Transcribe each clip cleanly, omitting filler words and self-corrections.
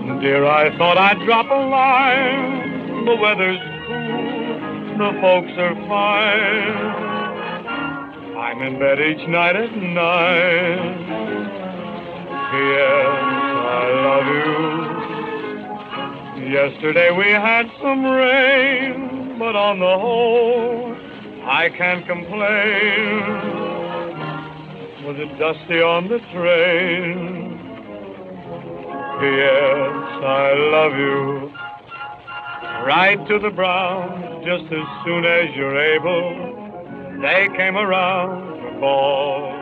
Dear, I thought I'd drop a line. The weather's cool, the folks are fine. I'm in bed each night at 9. P.S. I love you. Yesterday we had some rain, but on the whole, I can't complain. Was it dusty on the train? P.S. I love you. Right to the brown, just as soon as you're able. They came around to call.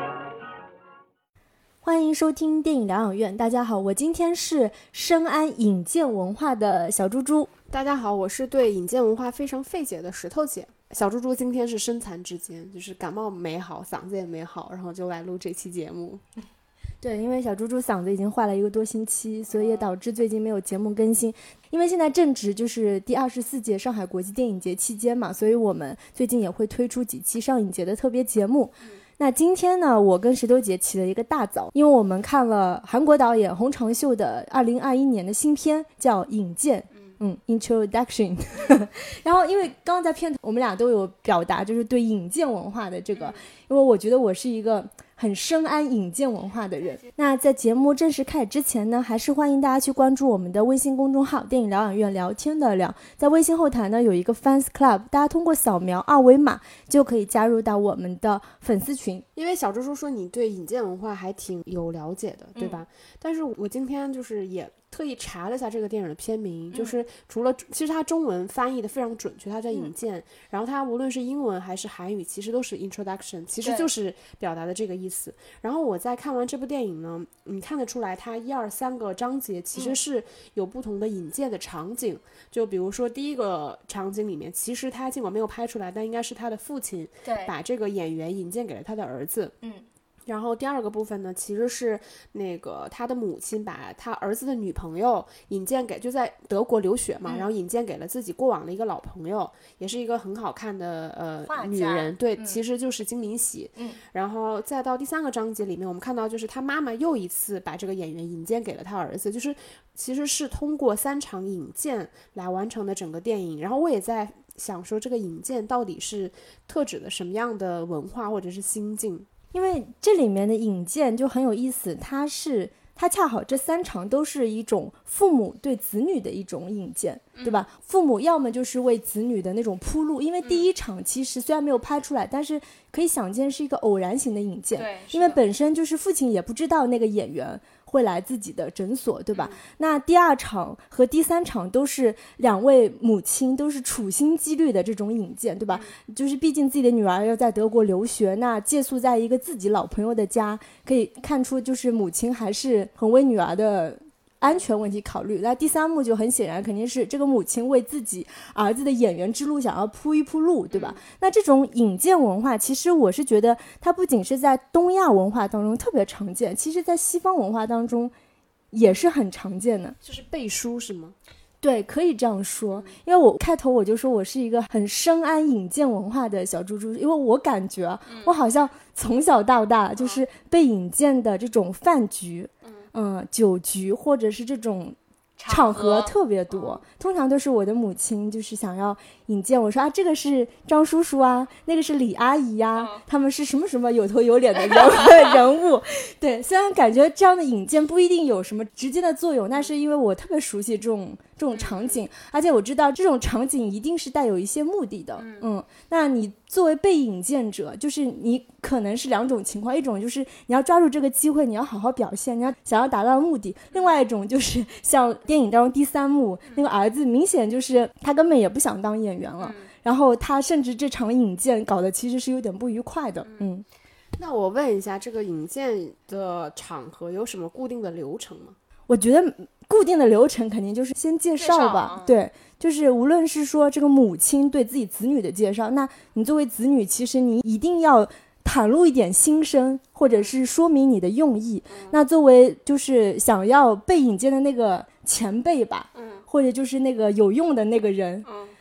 欢迎收听电影疗养院。大家好，我今天是深谙引荐文化的小猪猪。 大家好，我是对引荐文化非常费解的石头姐。小猪猪今天是身残志坚，就是感冒没好，嗓子也没好，然后就来录这期节目。 对，因为小猪猪嗓子已经坏了1个多星期，所以也导致最近没有节目更新。因为现在正值就是第24届上海国际电影节期间嘛，所以我们最近也会推出几期上影节的特别节目。那今天呢，我跟石头姐起了一个大早，因为我们看了韩国导演洪长秀的2021年的新片，叫《引荐》。Introduction 然后因为刚刚在片头我们俩都有表达就是对引荐文化的这个，因为我觉得我是一个很深谙引荐文化的人。那在节目正式开始之前呢，还是欢迎大家去关注我们的微信公众号电影疗养院，聊天的聊，在微信后台呢有一个 Fans Club， 大家通过扫描二维码就可以加入到我们的粉丝群。 因为小猪猪说你对引荐文化还挺有了解的，对吧？但是我今天就是也特意查了一下这个电影的片名，就是除了其实它中文翻译的非常准确，它叫引荐，然后它无论是英文还是韩语其实都是 introduction， 其实就是表达的这个意思。然后我在看完这部电影呢，你看得出来它1、2、3个章节其实是有不同的引荐的场景，就比如说第一个场景里面，其实他尽管没有拍出来，但应该是他的父亲把这个演员引荐给了他的儿子。然后第二个部分呢，其实是那个他的母亲把他儿子的女朋友引荐给，就在德国留学嘛，然后引荐给了自己过往的一个老朋友，也是一个很好看的女人，对，其实就是金敏喜。然后再到第3个章节里面，我们看到就是他妈妈又一次把这个演员引荐给了他儿子，就是其实是通过3场引荐来完成的整个电影。然后我也在想说，这个引荐到底是特指的什么样的文化或者是心境？ 因为这里面的引荐就很有意思，它恰好这3场都是一种父母对子女的一种引荐，对吧？父母要么就是为子女的那种铺路，因为第一场其实虽然没有拍出来，但是可以想见是一个偶然型的引荐，因为本身就是父亲也不知道那个演员会来自己的诊所，对吧？那第2场和第3场都是2位母亲都是处心积虑的这种引荐，对吧？就是毕竟自己的女儿要在德国留学，那借宿在一个自己老朋友的家，可以看出就是母亲还是很为女儿的安全问题考虑。那第3幕就很显然肯定是这个母亲为自己儿子的演员之路想要铺一铺路，对吧？那这种引荐文化其实我是觉得它不仅是在东亚文化当中特别常见，其实在西方文化当中也是很常见的。 就是背书是吗？ 对，可以这样说。因为我开头我就说我是一个很深谙引荐文化的小猪猪，因为我感觉我好像从小到大就是被引荐的这种饭局酒局或者是这种场合特别多，通常都是我的母亲就是想要引荐我说这个是张叔叔啊，那个是李阿姨呀，他们是什么什么有头有脸的人物。对，虽然感觉这样的引荐不一定有什么直接的作用，但是因为我特别熟悉这种场景，而且我知道这种场景一定是带有一些目的的。那你作为被引荐者，就是你可能是2种情况，一种就是你要抓住这个机会，你要好好表现，你要想要达到目的；另外一种就是像电影当中第3幕那个儿子，明显就是他根本也不想当演员了，然后他甚至这场引荐搞得其实是有点不愉快的。 那我问一下，这个引荐的场合有什么固定的流程吗？ 我觉得固定的流程肯定就是先介绍吧，对，就是无论是说这个母亲对自己子女的介绍，那你作为子女其实你一定要袒露一点心声，或者是说明你的用意。那作为就是想要被引荐的那个前辈吧，或者就是那个有用的那个人，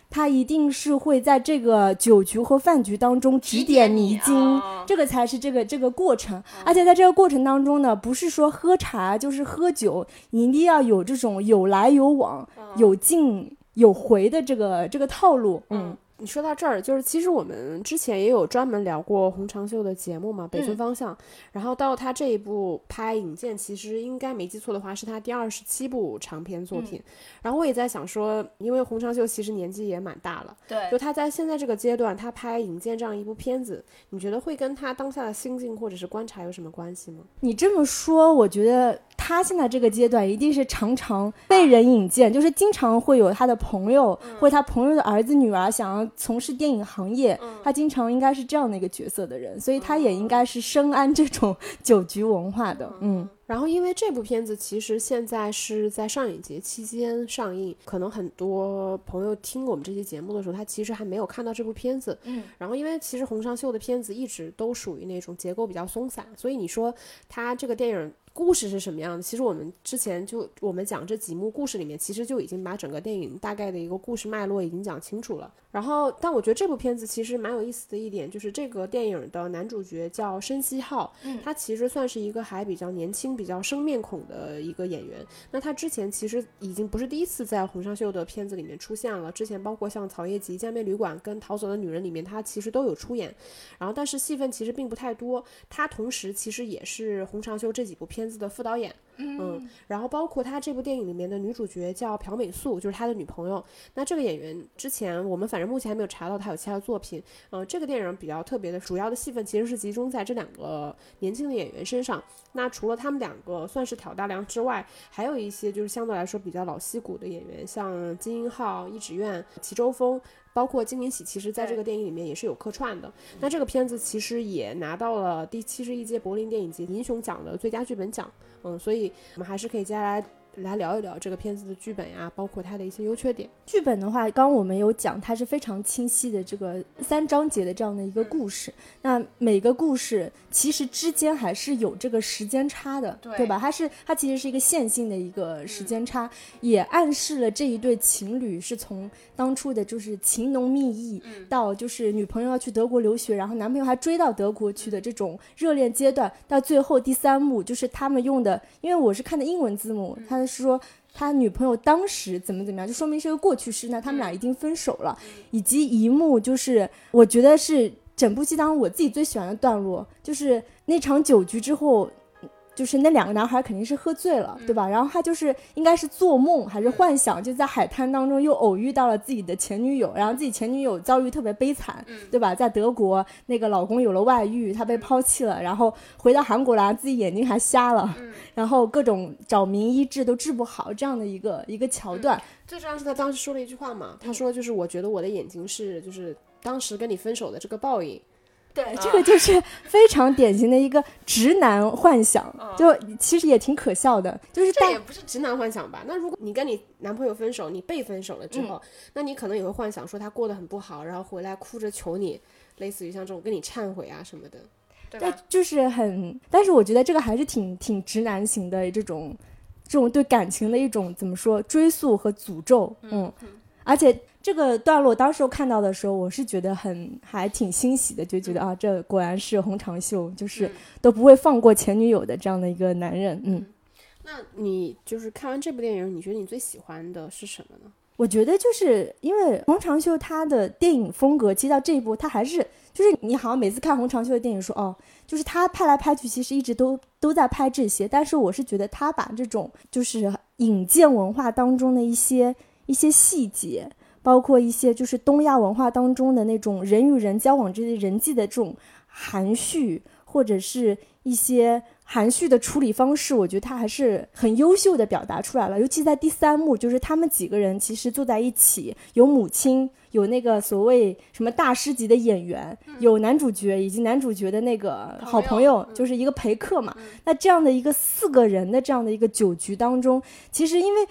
他一定是会在这个酒局和饭局当中指点迷津，这个才是这个过程。而且在这个过程当中呢，不是说喝茶就是喝酒，你一定要有这种有来有往、有进有回的这个套路。 你说到这儿，就是其实我们之前也有专门聊过洪长秀的节目嘛，北村方向。然后到他这一部拍《引荐》，其实应该没记错的话，是他第27部长篇作品。然后我也在想说，因为洪长秀其实年纪也蛮大了， 对， 就他在现在这个阶段，他拍《引荐》这样一部片子，你觉得会跟他当下的心境或者是观察有什么关系吗？ 你这么说，我觉得他现在这个阶段一定是常常被人引荐，就是经常会有他的朋友、或者他朋友的儿子女儿想要从事电影行业，他经常应该是这样的一个角色的人，所以他也应该是深谙这种酒局文化的。 然后因为这部片子其实现在是在上影节期间上映，可能很多朋友听我们这期节目的时候，他其实还没有看到这部片子。然后因为其实洪尚秀的片子一直都属于那种结构比较松散，所以你说他这个电影故事是什么样的，其实我们之前我们讲这几幕故事里面，其实就已经把整个电影大概的一个故事脉络已经讲清楚了。然后但我觉得这部片子其实蛮有意思的一点，就是这个电影的男主角叫申希浩，他其实算是一个还比较年轻比较生面孔的一个演员。那他之前其实已经不是第一次在洪尚秀的片子里面出现了，之前包括像草叶集、见面旅馆跟逃走的女人里面他其实都有出演，然后但是戏份其实并不太多。他同时其实也是洪尚秀这几部片子的副导演。然后包括他这部电影里面的女主角叫朴美素，就是他的女朋友。那这个演员之前我们反正目前还没有查到他有其他的作品。这个电影比较特别的主要的戏份其实是集中在这两个年轻的演员身上。那除了他们两个算是挑大梁之外，还有一些就是相对来说比较老戏骨的演员，像金英浩、易指苑、齐周峰，包括金敏喜，其实在这个电影里面也是有客串的。那这个片子其实也拿到了第71届柏林电影节银熊奖的最佳剧本奖。所以我们还是可以接下来聊一聊这个片子的剧本呀，包括它的一些优缺点。 剧本的话，刚刚我们有讲，它是非常清晰的这个3章节的这样的一个故事。那每个故事其实之间还是有这个时间差的， 对吧？它其实是一个线性的一个时间差，也暗示了这一对情侣是从当初的就是情浓蜜意，到就是女朋友要去德国留学，然后男朋友还追到德国去的这种热恋阶段，到最后第3幕就是他们用的，因为我是看的英文字幕，他是说他女朋友当时怎么样，就说明是个过去式，那他们俩已经分手了。以及一幕就是我觉得是整部戏当中我自己最喜欢的段落，就是那场酒局之后，就是那2个男孩肯定是喝醉了，对吧？然后他就是应该是做梦还是幻想，就在海滩当中又偶遇到了自己的前女友，然后自己前女友遭遇特别悲惨，对吧？在德国那个老公有了外遇，他被抛弃了，然后回到韩国来自己眼睛还瞎了，然后各种找名医治都治不好，这样的一个桥段。 最重要是他当时说了一句话嘛，他说就是我觉得我的眼睛是就是当时跟你分手的这个报应。 对，这个就是非常典型的一个直男幻想，就其实也挺可笑的。就是这也不是直男幻想吧？那如果你跟你男朋友分手，你被分手了之后，那你可能也会幻想说他过得很不好，然后回来哭着求你，类似于像这种跟你忏悔啊什么的，对吧？ 就是但是我觉得这个还是挺直男型的这种对感情的一种怎么说追溯和诅咒。而且这个段落当时看到的时候，我是觉得还挺欣喜的，就觉得这果然是洪长秀，就是都不会放过前女友的这样的一个男人。 那你就是看完这部电影，你觉得你最喜欢的是什么呢？ 我觉得就是因为洪长秀他的电影风格，其实到这一步他还是就是你好像每次看洪长秀的电影说就是他拍来拍去其实一直都在拍这些，但是我是觉得他把这种就是引荐文化当中的一些细节，包括一些就是东亚文化当中的那种人与人交往之间人际的这种含蓄，或者是一些含蓄的处理方式，我觉得他还是很优秀的表达出来了。尤其在第3幕，就是他们几个人其实坐在一起，有母亲，有那个所谓什么大师级的演员，有男主角以及男主角的那个好朋友，就是一个陪客嘛。那这样的一个4个人的这样的一个酒局当中，其实因为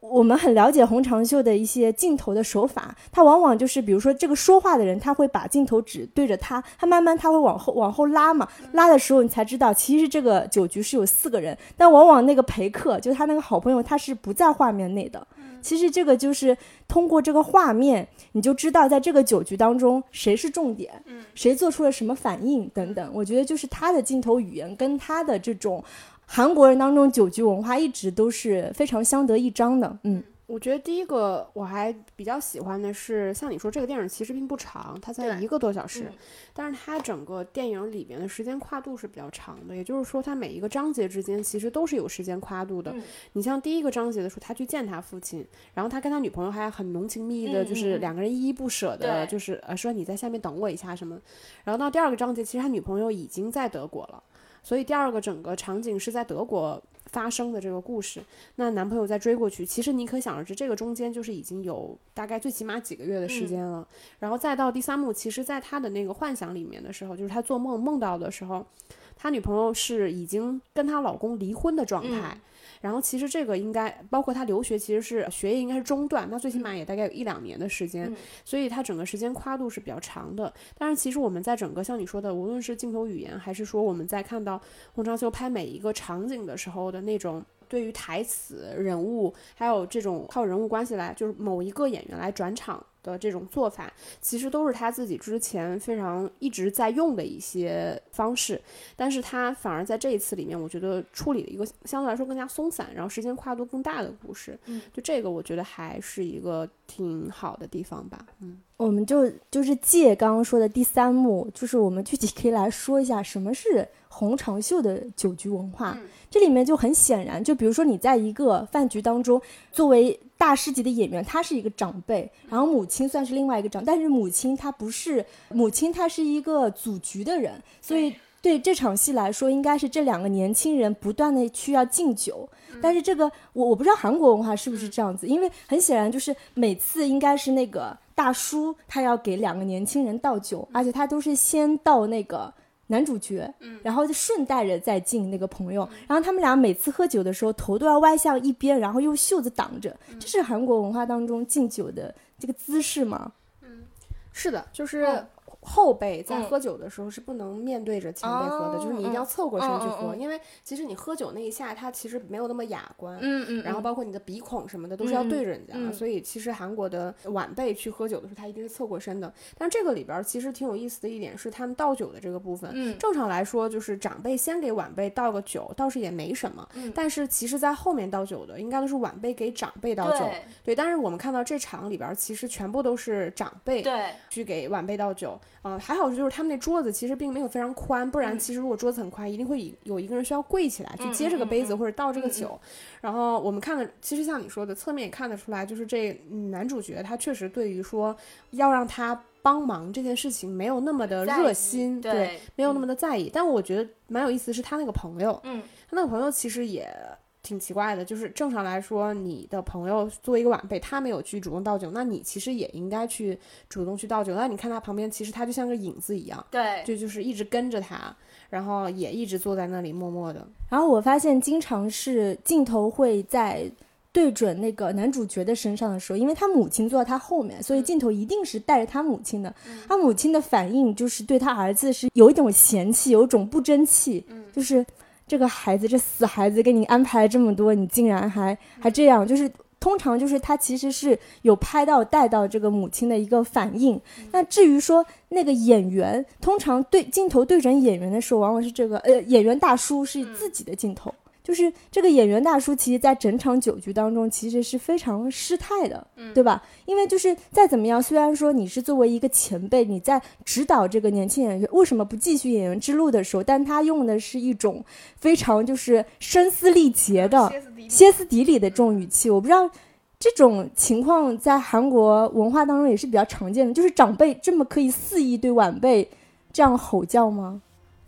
我们很了解洪长秀的一些镜头的手法，他往往就是比如说这个说话的人，他会把镜头只对着他慢慢他会往后拉嘛，拉的时候你才知道其实这个酒局是有4个人，但往往那个陪客就是他那个好朋友他是不在画面内的。其实这个就是通过这个画面你就知道在这个酒局当中谁是重点，谁做出了什么反应等等。我觉得就是他的镜头语言跟他的这种韩国人当中酒局文化一直都是非常相得益彰的。 我觉得第一个我还比较喜欢的是，像你说这个电影其实并不长，它才1个多小时，但是它整个电影里边的时间跨度是比较长的，也就是说它每一个章节之间其实都是有时间跨度的。你像第一个章节的时候，他去见他父亲，然后他跟他女朋友还很浓情蜜意的，就是2个人依依不舍的，就是说你在下面等我一下什么。然后到第2个章节，其实他女朋友已经在德国了，所以第2个整个场景是在德国发生的这个故事，那男朋友再追过去，其实你可想而知这个中间就是已经有大概最起码几个月的时间了。然后再到第3幕，其实在他的那个幻想里面的时候，就是他做梦到的时候，他女朋友是已经跟他老公离婚的状态，然后其实这个应该包括他留学，其实是学业应该是中断，那最起码也大概有1-2年的时间，所以他整个时间跨度是比较长的。但是其实我们在整个像你说的，无论是镜头语言，还是说我们在看到洪长秀拍每一个场景的时候的那种对于台词、人物，还有这种靠人物关系来就是某一个演员来转场的这种做法，其实都是他自己之前非常一直在用的一些方式，但是他反而在这一次里面我觉得处理了一个相对来说更加松散，然后时间跨度更大的故事，就这个我觉得还是一个挺好的地方吧。 我们就是借刚刚说的第3幕，就是我们具体可以来说一下什么是洪长秀的酒局文化。这里面就很显然，就比如说你在一个饭局当中，作为大师级的演员，他是一个长辈，然后母亲算是另外一个但是母亲她不是母亲，她是一个组局的人，所以对这场戏来说应该是这2个年轻人不断的需要敬酒。但是这个我不知道韩国文化是不是这样子，因为很显然就是每次应该是那个大叔他要给2个年轻人倒酒，而且他都是先倒那个男主角，然后就顺带着再敬那个朋友，然后他们俩每次喝酒的时候头都要歪向一边，然后用袖子挡着，这是韩国文化当中敬酒的这个姿势吗？ 是的，就是后辈在喝酒的时候是不能面对着前辈喝的，就是你一定要侧过身去喝，因为其实你喝酒那一下它其实没有那么雅观，然后包括你的鼻孔什么的都是要对着人家，所以其实韩国的晚辈去喝酒的时候他一定是侧过身的。但这个里边其实挺有意思的一点是他们倒酒的这个部分，正常来说就是长辈先给晚辈倒个酒倒是也没什么，但是其实在后面倒酒的应该都是晚辈给长辈倒酒，对，但是我们看到这场里边其实全部都是长辈去给晚辈倒酒，还好就是他们那桌子其实并没有非常宽，不然其实如果桌子很宽一定会有一个人需要跪起来去接这个杯子或者倒这个酒，然后我们看的其实像你说的侧面也看得出来，就是这男主角他确实对于说要让他帮忙这件事情没有那么的热心，对，没有那么的在意，但我觉得蛮有意思的是他那个朋友，他那个朋友其实也挺奇怪的，就是正常来说你的朋友作为一个晚辈他没有去主动倒酒，那你其实也应该去主动去倒酒，那你看他旁边其实他就像个影子一样，对，就是一直跟着他，然后也一直坐在那里默默的。 然后我发现经常是镜头会在对准那个男主角的身上的时候，因为他母亲坐在他后面，所以镜头一定是带着他母亲的，他母亲的反应就是对他儿子是有一种嫌弃，有一种不争气，就是这个孩子，这死孩子，给你安排了这么多，你竟然还这样，就是通常就是他其实是有拍到带到这个母亲的一个反应。那至于说那个演员，通常对镜头对准演员的时候，往往是这个演员大叔是自己的镜头。就是这个演员大叔其实在整场酒局当中其实是非常失态的，对吧？因为就是再怎么样，虽然说你是作为一个前辈，你在指导这个年轻演员为什么不继续演员之路的时候，但他用的是一种非常就是声嘶力竭的歇斯底里的这种语气。我不知道这种情况在韩国文化当中也是比较常见的，就是长辈这么可以肆意对晚辈这样吼叫吗？ 不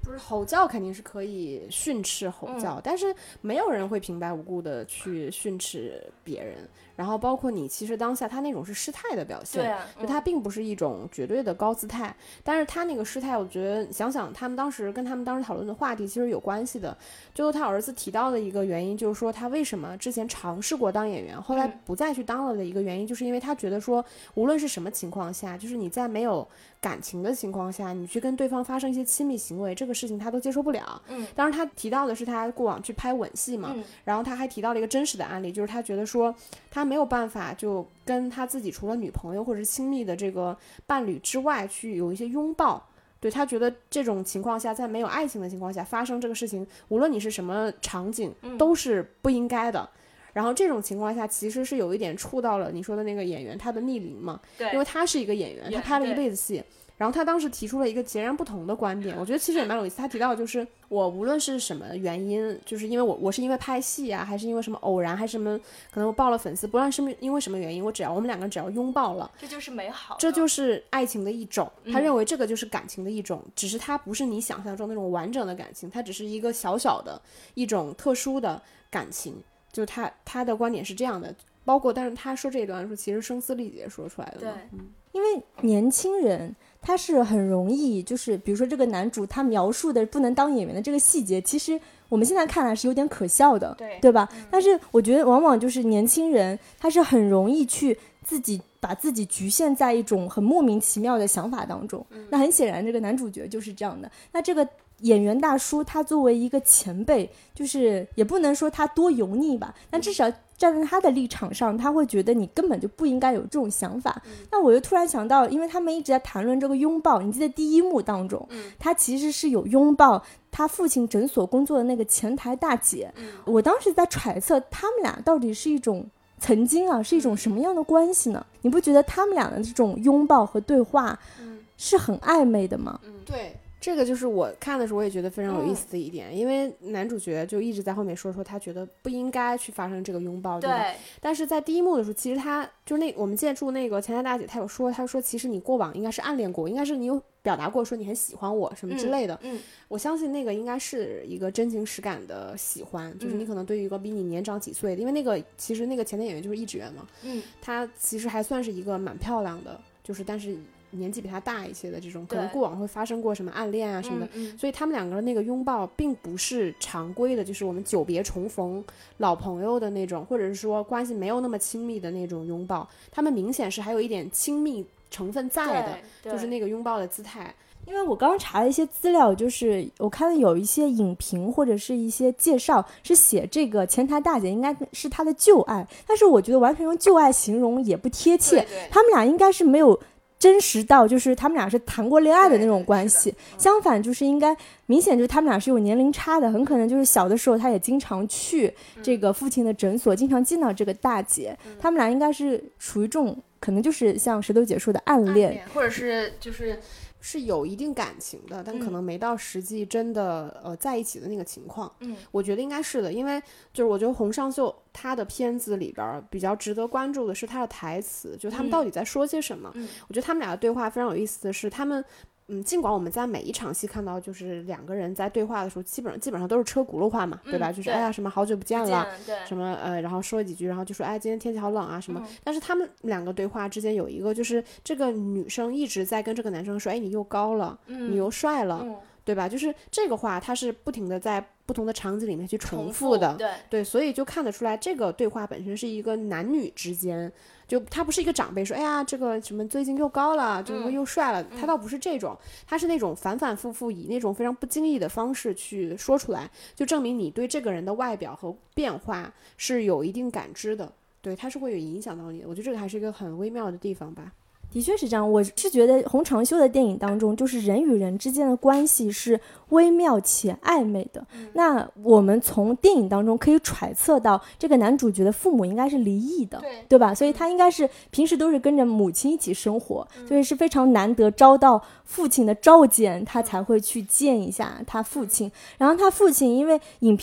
就是吼叫肯定是可以训斥吼叫，但是没有人会平白无故的去训斥别人。然后包括你其实当下他那种是失态的表现， 对啊， 就他并不是一种绝对的高姿态，但是他那个失态，我觉得想想他们当时讨论的话题其实有关系的。就他儿子提到的一个原因，就是说他为什么之前尝试过当演员，后来不再去当了的一个原因，就是因为他觉得说，无论是什么情况下，就是你在没有感情的情况下，你去跟对方发生一些亲密行为，这个事情他都接受不了。当然他提到的是他过往去拍吻戏嘛，然后他还提到了一个真实的案例，就是他觉得说他没有办法就跟他自己除了女朋友或者是亲密的这个伴侣之外去有一些拥抱。对，他觉得这种情况下，在没有爱情的情况下发生这个事情，无论你是什么场景，都是不应该的。然后这种情况下其实是有一点触到了你说的那个演员他的逆鳞嘛，对，因为他是一个演员，他拍了一辈子戏，然后他当时提出了一个截然不同的观点，我觉得其实也蛮有意思。他提到就是我无论是什么原因，就是因为我是因为拍戏啊，还是因为什么偶然，还是什么可能我爆了粉丝，不论是因为什么原因，我们两个人只要拥抱了， 这就是美好， 这就是爱情的一种。他认为这个就是感情的一种，只是它不是你想象中那种完整的感情，它只是一个小小的一种特殊的感情。就他的观点是这样的，包括但是他说这一段的时候其实声嘶力竭说出来的。 对，因为年轻人他是很容易，就是比如说这个男主他描述的不能当演员的这个细节，其实我们现在看来是有点可笑的，对吧？但是我觉得往往就是年轻人他是很容易去把自己局限在一种很莫名其妙的想法当中。那很显然这个男主角就是这样的。那这个演员大叔他作为一个前辈，就是也不能说他多油腻吧，但至少站在他的立场上，他会觉得你根本就不应该有这种想法。那我又突然想到，因为他们一直在谈论这个拥抱，你记得第一幕当中，他其实是有拥抱他父亲诊所工作的那个前台大姐。我当时在揣测他们俩到底是一种曾经啊是一种什么样的关系呢？你不觉得他们俩的这种拥抱和对话是很暧昧的吗？ 对，这个就是我看的时候我也觉得非常有意思的一点，因为男主角就一直在后面说他觉得不应该去发生这个拥抱，对吧？但是在第一幕的时候，其实他就是我们借助那个前台大姐，他说其实你过往应该是暗恋过，应该是你有表达过说你很喜欢我什么之类的。我相信那个应该是一个真情实感的喜欢，就是你可能对于一个比你年长几岁的，因为其实那个前台演员就是易志源嘛，他其实还算是一个蛮漂亮的，就是但是年纪比他大一些的这种，可能过往会发生过什么暗恋啊什么的，所以他们两个人那个拥抱并不是常规的，就是我们久别重逢老朋友的那种，或者是说关系没有那么亲密的那种拥抱，他们明显是还有一点亲密成分在的，就是那个拥抱的姿态。 因为我刚刚查了一些资料，就是我看有一些影评或者是一些介绍是写这个前台大姐应该是他的旧爱，但是我觉得完全用旧爱形容也不贴切，他们俩应该是没有真实到就是他们俩是谈过恋爱的那种关系，相反就是应该明显就是他们俩是有年龄差的，很可能就是小的时候他也经常去这个父亲的诊所，经常见到这个大姐，他们俩应该是属于这种可能就是像石头姐说的暗恋， 或者是是有一定感情的，但可能没到实际真的在一起的那个情况。我觉得应该是的，因为就是我觉得洪尚秀他的片子里边比较值得关注的是他的台词，就他们到底在说些什么。我觉得他们俩的对话非常有意思的是，他们尽管我们在每一场戏看到就是两个人在对话的时候基本上都是车轱辘话嘛，对吧？就是哎呀什么好久不见了，什么然后说几句，然后就说哎今天天气好冷啊什么。但是他们两个对话之间有一个就是这个女生一直在跟这个男生说，哎你又高了，你又帅了，对吧？就是这个话它是不停的在不同的场景里面去重复的，对，所以就看得出来这个对话本身是一个男女之间，就他不是一个长辈说哎呀这个什么最近又高了，这个又帅了，他倒不是这种，他是那种反反复复以那种非常不经意的方式去说出来，就证明你对这个人的外表和变化是有一定感知的，对，他是会有影响到你的。我觉得这个还是一个很微妙的地方吧。 的确是这样，我是觉得洪长修的电影当中，就是人与人之间的关系是微妙且暧昧的。那我们从电影当中可以揣测到，这个男主角的父母应该是离异的，对吧？所以他应该是平时都是跟着母亲一起生活，所以是非常难得招到父亲的召见，他才会去见一下他父亲。然后他父亲因为影片的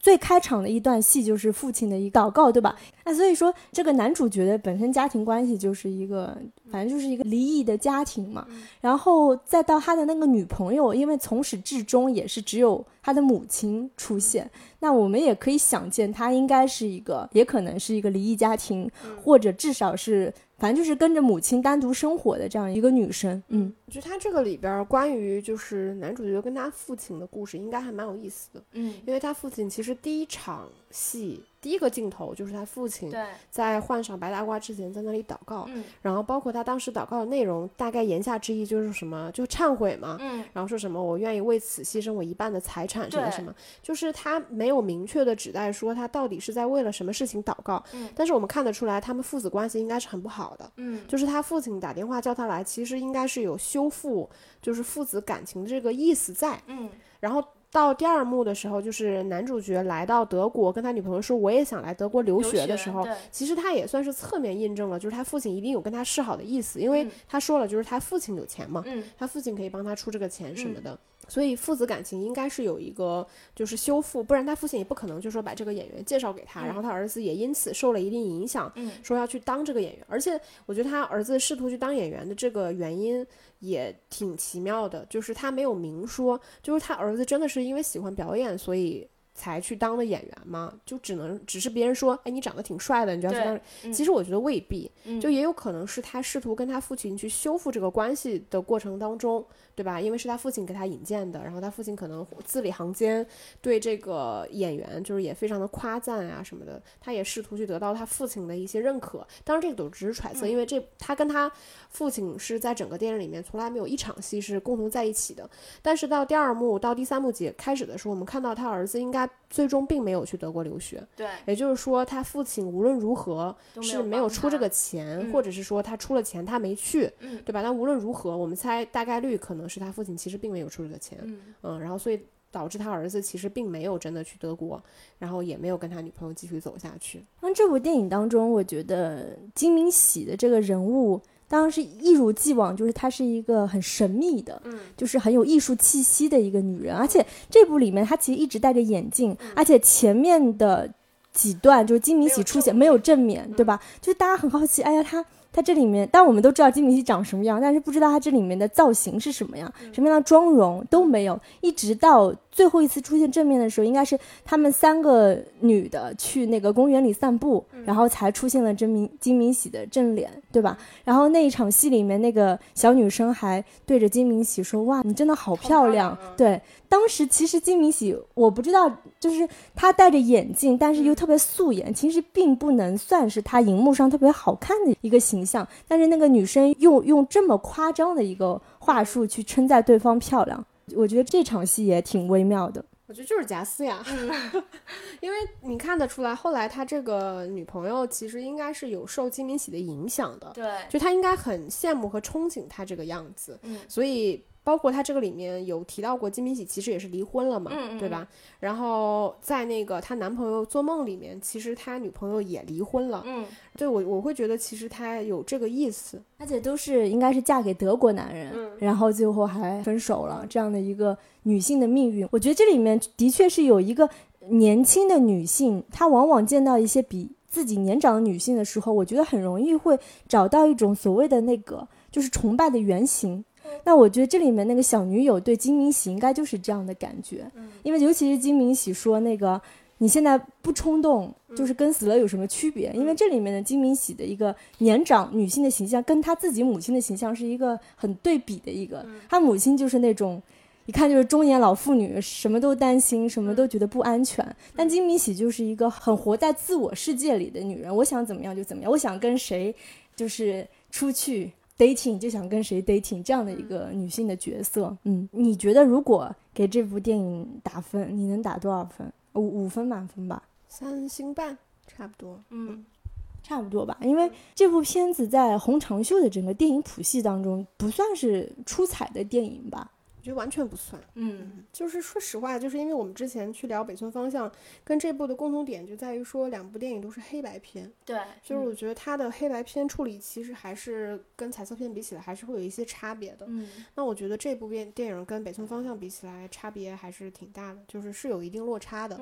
最开场的一段戏就是父亲的一个祷告，对吧？那所以说这个男主角的本身家庭关系就是一个反正就是一个离异的家庭嘛，然后再到他的那个女朋友，因为从始至终也是只有他的母亲出现，那我们也可以想见他应该是一个也可能是一个离异家庭，或者至少是反正就是跟着母亲单独生活的这样一个女生。 我觉得他这个里边关于就是男主角跟他父亲的故事应该还蛮有意思的，因为他父亲其实第一场戏第一个镜头就是他父亲在换上白大褂之前在那里祷告，然后包括他当时祷告的内容大概言下之意就是什么就忏悔嘛，然后说什么我愿意为此牺牲我一半的财产什么什么，就是他没有明确的指代说他到底是在为了什么事情祷告，但是我们看得出来他们父子关系应该是很不好的，就是他父亲打电话叫他来其实应该是有修复就是父子感情的这个意思在，然后到第二幕的时候就是男主角来到德国跟他女朋友说我也想来德国留学的时候，其实他也算是侧面印证了就是他父亲一定有跟他示好的意思，因为他说了就是他父亲有钱嘛，他父亲可以帮他出这个钱什么的，所以父子感情应该是有一个就是修复，不然他父亲也不可能就说把这个演员介绍给他，然后他儿子也因此受了一定影响，说要去当这个演员，而且我觉得他儿子试图去当演员的这个原因也挺奇妙的，就是他没有明说，就是他儿子真的是因为喜欢表演所以才去当的演员吗？就只是别人说哎你长得挺帅的你就要去当，其实我觉得未必，就也有可能是他试图跟他父亲去修复这个关系的过程当中，对吧？因为是他父亲给他引荐的，然后他父亲可能字里行间对这个演员就是也非常的夸赞啊什么的，他也试图去得到他父亲的一些认可，当然这个都只是揣测，因为他跟他父亲是在整个电影里面从来没有一场戏是共同在一起的，但是到第二幕到第三幕开始的时候，我们看到他儿子应该最终并没有去德国留学，对，也就是说他父亲无论如何是没有出这个钱，或者是说他出了钱他没去，对吧？但无论如何我们猜大概率可能是他父亲其实并没有出这个钱，然后所以导致他儿子其实并没有真的去德国，然后也没有跟他女朋友继续走下去。 那这部电影当中我觉得金敏喜的这个人物当然是一如既往，就是她是一个很神秘的，就是很有艺术气息的一个女人，而且这部里面她其实一直戴着眼镜，而且前面的几段就是金敏喜出现没有正面，对吧？就是大家很好奇，哎呀他这里面，但我们都知道金敏喜长什么样，但是不知道他这里面的造型是什么样，什么样的妆容都没有，一直到最后一次出现正面的时候，应该是他们3个女的去那个公园里散步，然后才出现了金敏喜的正脸，对吧？然后那一场戏里面，那个小女生还对着金敏喜说：“哇，你真的好漂亮。”对，当时其实金敏喜我不知道，就是她戴着眼镜，但是又特别素颜，其实并不能算是她荧幕上特别好看的一个形象，但是那个女生用这么夸张的一个话术去称赞对方漂亮，我觉得这场戏也挺微妙的。 我觉得就是贾斯雅，因为你看得出来，后来他这个女朋友其实应该是有受金敏喜的影响的，对，就他应该很羡慕和憧憬他这个样子，所以包括他这个里面有提到过金敏喜其实也是离婚了嘛，对吧？然后在那个他男朋友做梦里面，其实他女朋友也离婚了，对，我会觉得其实他有这个意思， 而且都是应该是嫁给德国男人，然后最后还分手了，这样的一个女性的命运。我觉得这里面的确是有一个年轻的女性，她往往见到一些比自己年长的女性的时候，我觉得很容易会找到一种所谓的那个就是崇拜的原型。那我觉得这里面那个小女友对金敏喜应该就是这样的感觉，因为尤其是金敏喜说那个你现在不冲动就是跟死了有什么区别，因为这里面的金敏喜的一个年长女性的形象跟她自己母亲的形象是一个很对比的一个，她母亲就是那种一看就是中年老妇女，什么都担心，什么都觉得不安全，但金敏喜就是一个很活在自我世界里的女人，我想怎么样就怎么样，我想跟谁就是出去dating 就想跟谁 dating 这样的一个女性的角色。你觉得如果给这部电影打分，你能打多少分？5分满分吧 ？3星半差不多， 差不多吧，因为这部片子在洪长秀的整个电影谱系当中不算是出彩的电影吧。 我觉得完全不算，就是说实话，就是因为我们之前去聊北村方向，跟这部的共同点就在于说2部电影都是黑白片，对，就是我觉得它的黑白片处理其实还是跟彩色片比起来还是会有一些差别的，那我觉得这部电影跟北村方向比起来差别还是挺大的，就是有一定落差的，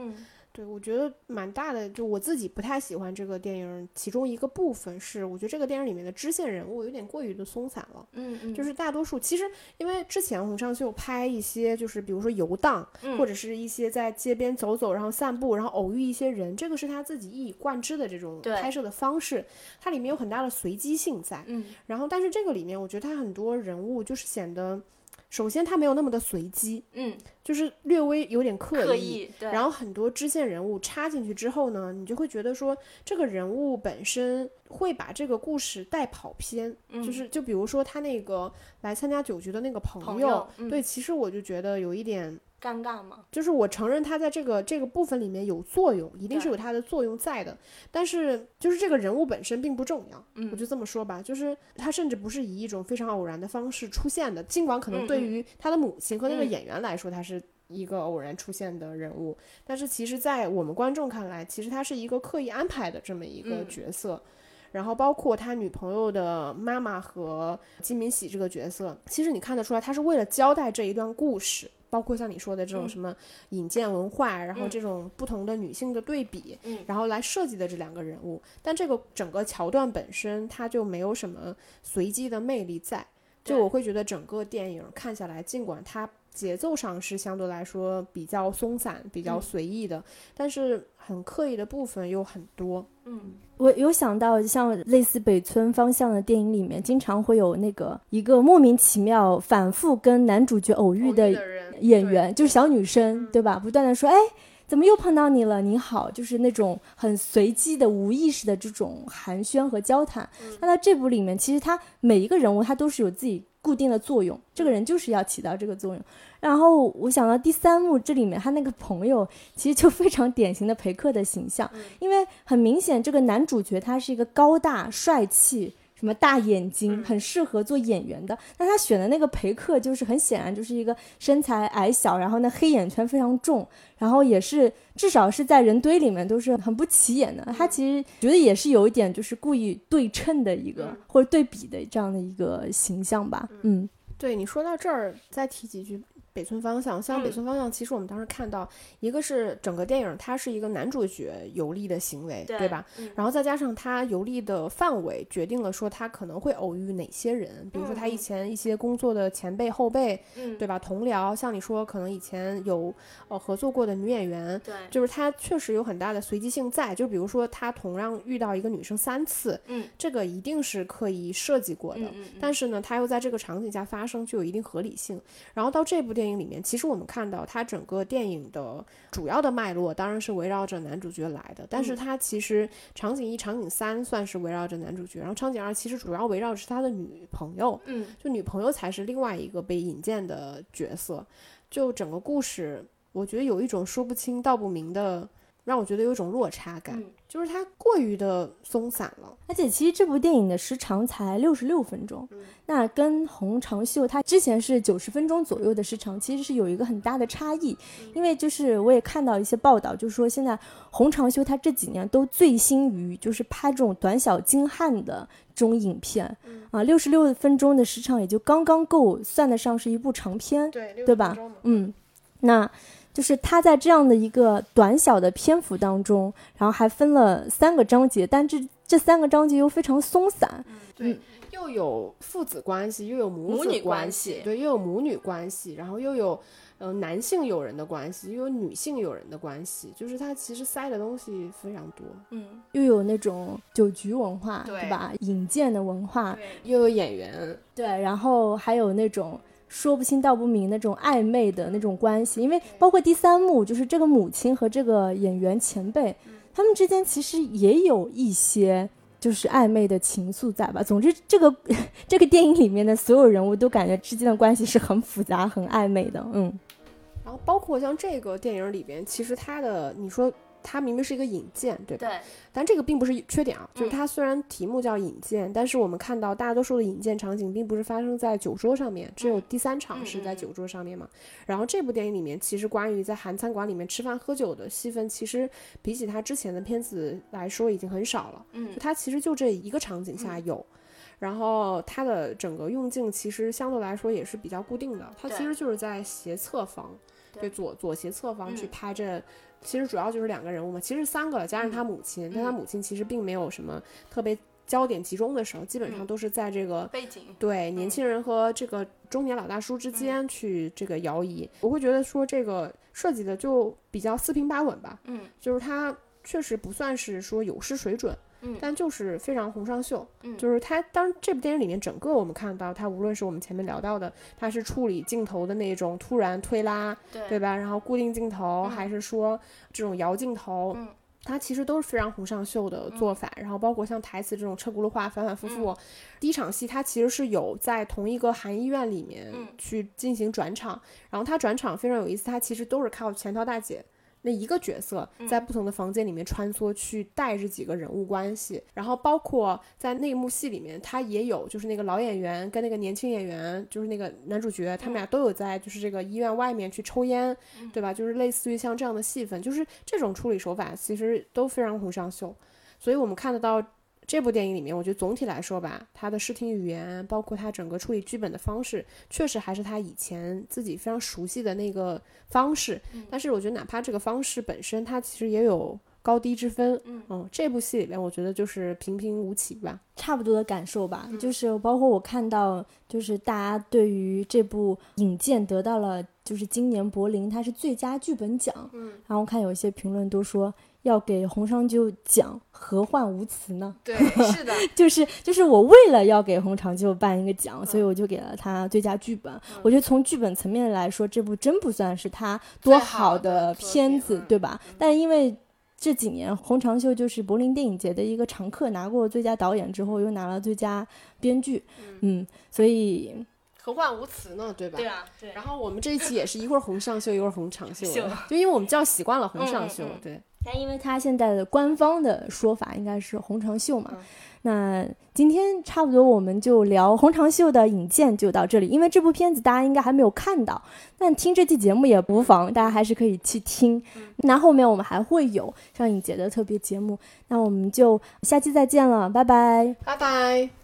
对，我觉得蛮大的，就我自己不太喜欢这个电影，其中一个部分是，我觉得这个电影里面的支线人物有点过于的松散了。就是大多数其实因为之前洪尚秀拍一些就是比如说游荡，或者是一些在街边走走然后散步然后偶遇一些人，这个是他自己一以贯之的这种拍摄的方式，它里面有很大的随机性在。然后但是这个里面我觉得他很多人物就是显得，首先他没有那么的随机，就是略微有点刻意， 对， 然后很多支线人物插进去之后呢，你就会觉得说这个人物本身会把这个故事带跑偏，就比如说他那个来参加酒局的那个朋友，对，其实我就觉得有一点尴尬吗？ 就是我承认他在这个部分里面有作用，一定是有他的作用在的，但是就是这个人物本身并不重要，我就这么说吧，就是他甚至不是以一种非常偶然的方式出现的，尽管可能对于他的母亲和那个演员来说他是一个偶然出现的人物，但是其实在我们观众看来，其实他是一个刻意安排的这么一个角色。然后包括他女朋友的妈妈和金敏喜这个角色，其实你看得出来他是为了交代这一段故事，包括像你说的这种什么引荐文化，然后这种不同的女性的对比，然后来设计的这两个人物，但这个整个桥段本身它就没有什么随机的魅力在，就我会觉得整个电影看下来，尽管它节奏上是相对来说比较松散比较随意的，但是很刻意的部分又很多。 我有想到像类似北村方向的电影里面经常会有那个一个莫名其妙反复跟男主角偶遇的演员，就是小女生，对吧，不断的说哎怎么又碰到你了，你好，就是那种很随机的无意识的这种寒暄和交谈。那在这部里面其实他每一个人物他都是有自己固定的作用，这个人就是要起到这个作用。然后我想到第三幕这里面他那个朋友其实就非常典型的裴克的形象，因为很明显这个男主角他是一个高大帅气什么大眼睛，很适合做演员的，但他选的那个裴克就是很显然就是一个身材矮小，然后那黑眼圈非常重，然后也是至少是在人堆里面都是很不起眼的，他其实觉得也是有一点就是故意对称的一个或者对比的这样的一个形象吧。 对，你说到这儿再提几句北村方向，像北村方向其实我们当时看到一个是整个电影它是一个男主角游历的行为， 对吧，然后再加上他游历的范围决定了说他可能会偶遇哪些人，比如说他以前一些工作的前辈后辈，对吧，同僚，像你说可能以前有合作过的女演员，对，就是他确实有很大的随机性在，就比如说他同样遇到一个女生3次，这个一定是刻意设计过的，但是呢他又在这个场景下发生，就有一定合理性。然后到这部电影里面，其实我们看到它整个电影的主要的脉络当然是围绕着男主角来的，但是它其实场景1场景3算是围绕着男主角，然后场景2其实主要围绕着是他的女朋友，就女朋友才是另外一个被引荐的角色。就整个故事我觉得有一种说不清道不明的，让我觉得有一种落差感，就是它过于的松散了。 而且其实这部电影的时长才66分钟，那跟洪长秀它之前是90分钟左右的时长其实是有一个很大的差异。因为就是我也看到一些报道，就是说现在洪长秀他这几年都醉心于就是拍这种短小精悍的这种影片，66分钟的时长也就刚刚够算得上是一部长片，对吧？那就是他在这样的一个短小的篇幅当中，然后还分了3个章节，但这3个章节又非常松散， 对，又有父子关系，又有母子关系，对，又有母女关系，然后又有男性友人的关系，又有女性友人的关系，就是他其实塞的东西非常多， 又有那种酒局文化， 对吧？引荐的文化， 又有演员， 对，然后还有那种说不清道不明那种暧昧的那种关系。因为包括第3幕就是这个母亲和这个演员前辈，他们之间其实也有一些就是暧昧的情愫在吧。总之这个电影里面的所有人物都感觉之间的关系是很复杂很暧昧的。 然后包括像这个电影里边，其实它的你说它明明是一个引荐，对吧？对。但这个并不是缺点啊，就是它虽然题目叫引荐，但是我们看到大多数的引荐场景并不是发生在酒桌上面，只有第3场是在酒桌上面嘛。然后这部电影里面，其实关于在韩餐馆里面吃饭喝酒的戏份，其实比起它之前的片子来说已经很少了。就它其实就这一个场景下有。然后它的整个用镜其实相对来说也是比较固定的，它其实就是在斜侧方，对左斜侧方去拍这其实主要就是2个人物嘛，其实3个了，加上他母亲，但他母亲其实并没有什么特别焦点集中的时候，基本上都是在这个背景， 对年轻人和这个中年老大叔之间去这个摇移。我会觉得说这个设计的就比较四平八稳吧，就是它确实不算是说有失水准，但就是非常洪尚秀，就是它当然这部电影里面整个我们看到它无论是我们前面聊到的它是处理镜头的那种突然推拉， 对吧，然后固定镜头，还是说这种摇镜头，它其实都是非常洪尚秀的做法，然后包括像台词这种车轱辘话反反复复，第一场戏它其实是有在同一个韩医院里面去进行转场，然后它转场非常有意思，它其实都是靠钱条大姐那一个角色在不同的房间里面穿梭去带这几个人物关系，然后包括在内幕戏里面他也有就是那个老演员跟那个年轻演员就是那个男主角他们俩都有在就是这个医院外面去抽烟，对吧，就是类似于像这样的戏份，就是这种处理手法其实都非常洪尚秀。所以我们看得到这部电影里面，我觉得总体来说吧，他的视听语言包括他整个处理剧本的方式确实还是他以前自己非常熟悉的那个方式，但是我觉得哪怕这个方式本身它其实也有高低之分，这部戏里面我觉得就是平平无奇吧， 差不多的感受吧，就是包括我看到就是大家对于这部影剑得到了就是今年柏林它是最佳剧本奖，然后看有一些评论都说要给洪尚秀奖，何患无辞呢？ 对，是的就是我为了要给洪尚秀颁一个奖，所以我就给了他最佳剧本。我觉得从剧本层面来说，这部真不算是他多好的片子，对吧？但因为这几年洪尚秀就是柏林电影节的一个常客，拿过最佳导演之后又拿了最佳编剧，所以何患无辞呢，对吧？ 对啊，对。 然后我们这一期也是一会儿洪尚秀一会儿洪长秀，就因为我们叫习惯了洪尚秀，对。 但因为他现在的官方的说法应该是洪长秀嘛，那今天差不多我们就聊洪长秀的引荐就到这里，因为这部片子大家应该还没有看到，但听这期节目也无妨，大家还是可以去听。那后面我们还会有上影节的特别节目，那我们就下期再见了，拜拜， 拜拜。